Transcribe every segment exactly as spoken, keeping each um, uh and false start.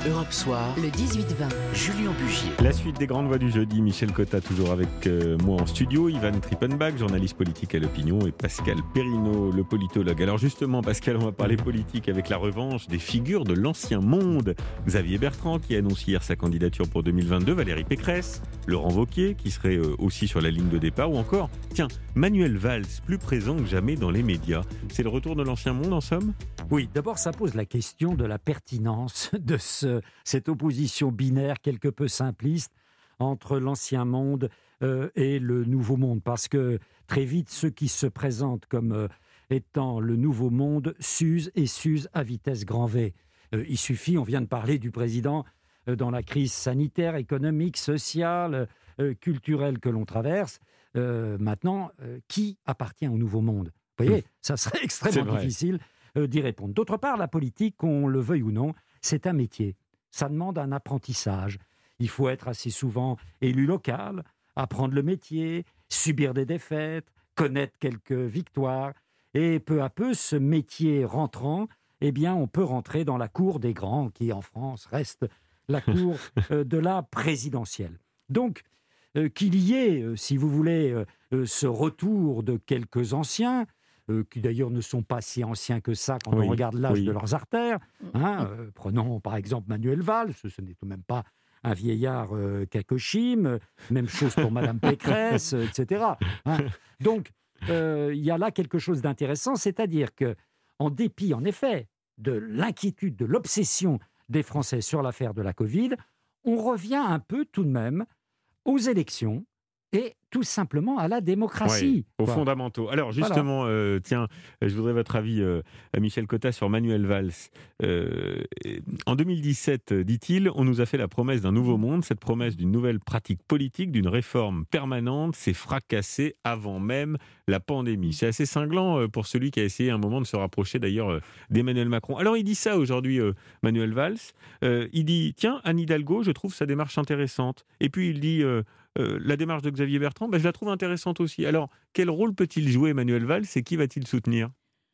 Europe Soir, le dix-huit vingt, Julien Bugier. La suite des grandes voix du jeudi, Michel Cotta toujours avec euh, moi en studio, Ivan Trippenbach, journaliste politique à l'opinion, et Pascal Perrineau, le politologue. Alors justement, Pascal, on va parler politique avec la revanche des figures de l'ancien monde. Xavier Bertrand qui annonce hier sa candidature pour deux mille vingt-deux, Valérie Pécresse, Laurent Wauquiez qui serait euh, aussi sur la ligne de départ, ou encore, tiens, Manuel Valls, plus présent que jamais dans les médias. C'est le retour de l'ancien monde en somme ? Oui, d'abord ça pose la question de la pertinence de ce, cette opposition binaire quelque peu simpliste entre l'ancien monde euh, et le nouveau monde. Parce que très vite, ceux qui se présentent comme euh, étant le nouveau monde s'usent et s'usent à vitesse grand V. Euh, il suffit, on vient de parler du président euh, dans la crise sanitaire, économique, sociale, euh, culturelle que l'on traverse. Euh, maintenant, euh, qui appartient au nouveau monde ? Vous voyez, ça serait extrêmement difficile euh, d'y répondre. D'autre part, la politique, qu'on le veuille ou non, c'est un métier. Ça demande un apprentissage. Il faut être assez souvent élu local, apprendre le métier, subir des défaites, connaître quelques victoires. Et peu à peu, ce métier rentrant, eh bien, on peut rentrer dans la cour des grands, qui en France reste la cour euh, de la présidentielle. Donc, euh, qu'il y ait, euh, si vous voulez, euh, euh, ce retour de quelques anciens, Euh, qui d'ailleurs ne sont pas si anciens que ça quand oui, on regarde l'âge oui. de leurs artères. Hein, euh, prenons par exemple Manuel Valls, ce n'est tout de même pas un vieillard euh, Kakoshim, même chose pour Madame Pécresse, et cetera. Hein. Donc, euh, il y a là quelque chose d'intéressant, c'est-à-dire que, en dépit, en effet, de l'inquiétude, de l'obsession des Français sur l'affaire de la Covid, on revient un peu tout de même aux élections, et tout simplement à la démocratie. Oui, aux quoi. fondamentaux. Alors justement, voilà. euh, tiens, je voudrais votre avis, euh, à Michel Cotta, sur Manuel Valls. Euh, en deux mille dix-sept, dit-il, on nous a fait la promesse d'un nouveau monde. Cette promesse d'une nouvelle pratique politique, d'une réforme permanente, s'est fracassée avant même la pandémie. C'est assez cinglant pour celui qui a essayé un moment de se rapprocher d'ailleurs d'Emmanuel Macron. Alors il dit ça aujourd'hui, euh, Manuel Valls. Euh, il dit, tiens, Anne Hidalgo, je trouve sa démarche intéressante. Et puis il dit... Euh, Euh, la démarche de Xavier Bertrand, ben, je la trouve intéressante aussi. Alors, quel rôle peut-il jouer, Manuel Valls, et qui va-t-il soutenir ?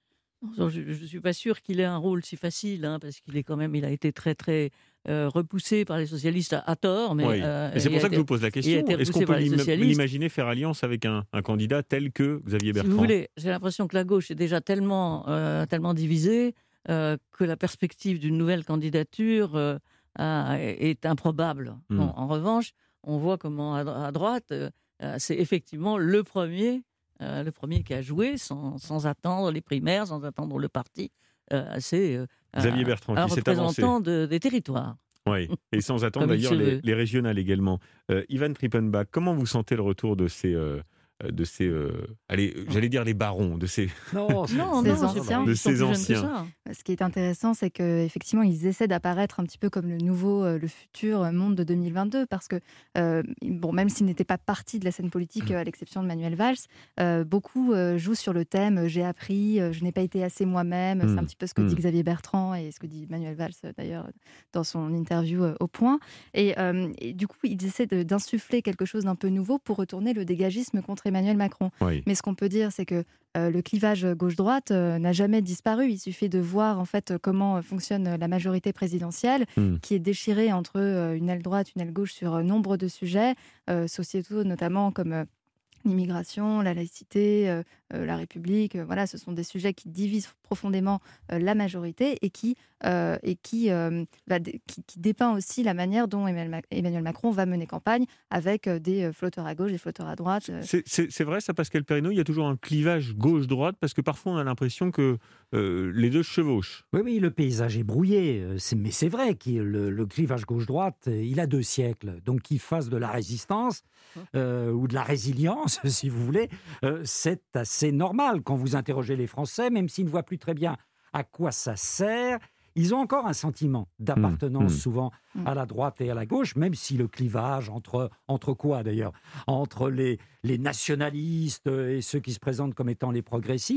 Je ne suis pas sûr qu'il ait un rôle si facile, hein, parce qu'il est quand même, il a été très très euh, repoussé par les socialistes à, à tort. Mais, oui. euh, et c'est pour ça été, que je vous pose la question. Est-ce qu'on peut l'imaginer faire alliance avec un, un candidat tel que Xavier Bertrand ? Si vous voulez, j'ai l'impression que la gauche est déjà tellement, euh, tellement divisée euh, que la perspective d'une nouvelle candidature euh, a, est improbable. Mm. Bon, en revanche, on voit comment à droite, euh, c'est effectivement le premier, euh, le premier qui a joué sans, sans attendre les primaires, sans attendre le parti. Euh, c'est euh, Xavier Bertrand un qui s'est avancé. représentant de, des territoires. Oui, et sans attendre d'ailleurs les, les régionales également. Euh, Ivan Trippenbach, comment vous sentez le retour de ces... Euh, de ces, euh, allez, j'allais dire les barons, de ces, non, non, ces non, anciens. de ces anciens. Ce qui est intéressant, c'est qu'effectivement, ils essaient d'apparaître un petit peu comme le nouveau, euh, le futur monde de deux mille vingt-deux, parce que, euh, bon, même s'ils n'étaient pas partie de la scène politique, à l'exception de Manuel Valls, euh, beaucoup euh, jouent sur le thème euh, « j'ai appris, euh, je n'ai pas été assez moi-même ». C'est un petit peu ce que dit Xavier Bertrand et ce que dit Manuel Valls, d'ailleurs, dans son interview euh, au Point. Et, euh, et du coup, ils essaient de, d'insuffler quelque chose d'un peu nouveau pour retourner le dégagisme contre Emmanuel Macron. Oui. Mais ce qu'on peut dire, c'est que euh, le clivage gauche-droite euh, n'a jamais disparu. Il suffit de voir en fait comment fonctionne la majorité présidentielle, mm. qui est déchirée entre euh, une aile droite, une aile gauche sur euh, nombre de sujets euh, sociétaux, notamment comme euh, l'immigration, la laïcité, euh, euh, la République. Euh, voilà, ce sont des sujets qui divisent profondément euh, la majorité et qui euh, et qui, euh, va d- qui qui dépeint aussi la manière dont Emmanuel Macron va mener campagne avec euh, des flotteurs à gauche, des flotteurs à droite. Euh. C'est, c'est, c'est vrai ça, Pascal Perrineau, il y a toujours un clivage gauche-droite parce que parfois on a l'impression que euh, les deux se chevauchent. Oui, oui, le paysage est brouillé, c'est, mais c'est vrai que le, le clivage gauche-droite, il a deux siècles. Donc qu'il fasse de la résistance euh, ou de la résilience, si vous voulez, euh, c'est assez normal. Quand vous interrogez les Français, même s'ils ne voient plus très bien à quoi ça sert, ils ont encore un sentiment d'appartenance mmh, souvent mmh. à la droite et à la gauche, même si le clivage entre, entre quoi d'ailleurs ? Entre les, les nationalistes et ceux qui se présentent comme étant les progressistes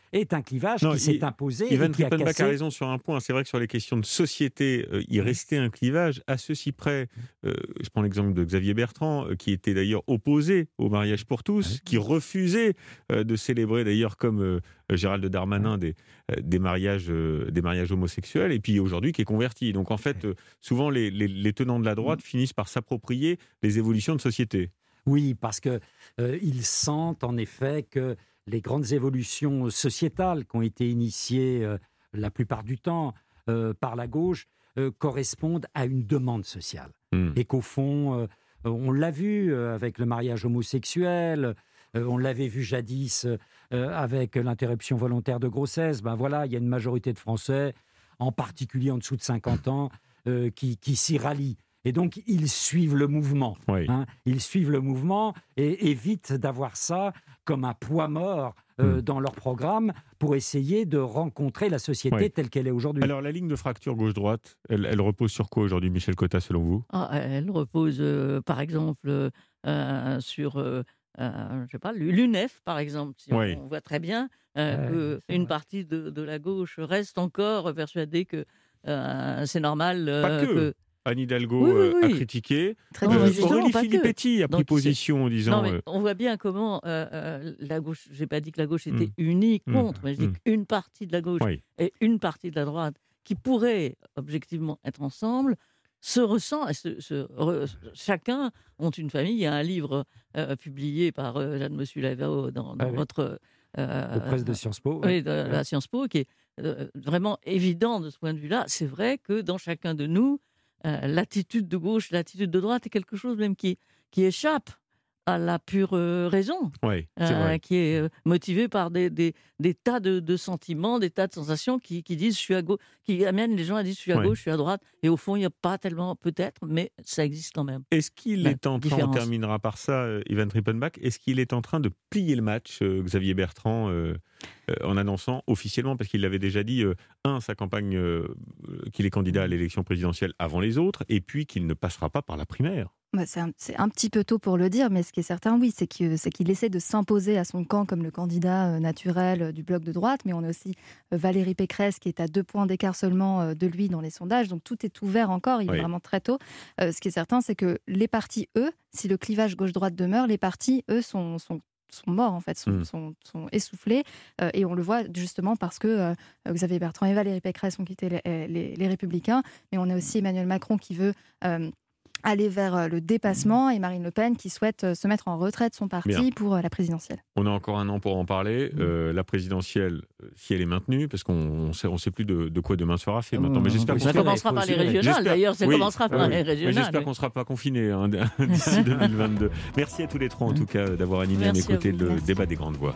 est un clivage Non, qui s'est il- imposé Ivan et qui a Trippenbach cassé. a raison sur un point. C'est vrai que sur les questions de société, euh, il restait un clivage à ceci près. Euh, je prends l'exemple de Xavier Bertrand, euh, qui était d'ailleurs opposé au mariage pour tous, Oui. qui refusait euh, de célébrer d'ailleurs comme euh, Gérald Darmanin des, euh, des, mariages, euh, des mariages homosexuels, et puis aujourd'hui qui est converti. Donc en fait, euh, souvent les, les, les tenants de la droite finissent par s'approprier les évolutions de société. Oui, parce que euh, ils sentent en effet que les grandes évolutions sociétales qui ont été initiées euh, la plupart du temps euh, par la gauche euh, correspondent à une demande sociale. Hmm. Et qu'au fond, euh, on l'a vu euh, avec le mariage homosexuel, euh, on l'avait vu jadis euh, avec l'interruption volontaire de grossesse. Ben voilà, il y a une majorité de Français, en particulier en dessous de cinquante ans, euh, qui, qui s'y rallient. Et donc, ils suivent le mouvement. Oui. Hein, ils suivent le mouvement et évitent d'avoir ça comme un poids mort euh, Mm. dans leur programme pour essayer de rencontrer la société Oui. telle qu'elle est aujourd'hui. Alors la ligne de fracture gauche-droite, elle, elle repose sur quoi aujourd'hui, Michel Cotta, selon vous? Ah, elle repose, euh, par exemple, euh, sur, euh, euh, je sais pas, l'U N E F, par exemple. Si on- Oui. On voit très bien euh, Ouais, c'est qu'une vrai. partie de, de la gauche reste encore persuadée que euh, c'est normal euh, Pas que. que... Anne Hidalgo Oui, oui, euh, a oui. critiqué. Très Non, Euh, mais divisé. justement, Aurélie pas que. Filippetti a pris Donc, c'est- position en disant... Non, mais euh, on voit bien comment euh, euh, la gauche, j'ai pas dit que la gauche était Mm. unie Mm. contre, mais je dis Mm. qu'une partie de la gauche Oui. et une partie de la droite qui pourraient objectivement être ensemble se ressent, et se- se re- chacun ont une famille. Il y a un livre euh, publié par euh, Jeanne Mossu-Lavao dans, dans Ah oui. votre euh, Aux presses de Sciences Po. oui, de la Sciences Po, qui est euh, vraiment évident de ce point de vue-là. C'est vrai que dans chacun de nous, euh, l'attitude de gauche, l'attitude de droite est quelque chose même qui, qui échappe à la pure euh, raison, Oui, c'est euh, vrai. qui est euh, motivée par des, des, des tas de, de sentiments, des tas de sensations qui, qui disent je suis à gauche, qui amènent les gens à dire je suis à Ouais. gauche, je suis à droite, et au fond il n'y a pas tellement, peut-être, mais ça existe quand même. Est-ce qu'il La est en train, on différence. terminera par ça, euh, Ivan Trippenbach, est-ce qu'il est en train de plier le match, euh, Xavier Bertrand, euh, euh, en annonçant officiellement, parce qu'il l'avait déjà dit, euh, un, sa campagne, euh, euh, qu'il est candidat à l'élection présidentielle avant les autres, et puis qu'il ne passera pas par la primaire? Bah, c'est un, c'est un petit peu tôt pour le dire, mais ce qui est certain, oui, c'est que- c'est qu'il essaie de s'imposer à son camp comme le candidat euh, naturel euh, du bloc de droite. Mais on a aussi euh, Valérie Pécresse qui est à deux points d'écart seulement euh, de lui dans les sondages. Donc tout est ouvert encore, il Oui. est vraiment très tôt. Euh, ce qui est certain, c'est que les partis, eux, si le clivage gauche-droite demeure, les partis, eux, sont, sont sont morts en fait, sont, Mm. sont, sont essoufflés euh, et on le voit justement parce que euh, Xavier Bertrand et Valérie Pécresse ont quitté les, les, les Républicains, mais on a aussi Emmanuel Macron qui veut euh, aller vers euh, le dépassement et Marine Le Pen qui souhaite euh, se mettre en retrait de son parti Bien. pour euh, la présidentielle. On a encore un an pour en parler. Euh, la présidentielle, euh, si elle est maintenue, parce qu'on ne sait, on sait plus de, de quoi demain sera fait maintenant, mais j'espère oui, qu'on Ça sûr, sera- commencera il faut par les suivre. régionales, J'espère- d'ailleurs, ça oui, commencera par oui, les mais régionales. j'espère oui. qu'on ne sera pas confinés hein, d'ici deux mille vingt-deux. Merci à tous les trois, en tout cas, d'avoir animé Merci à mes à côtés vous. le Merci. débat des grandes voix.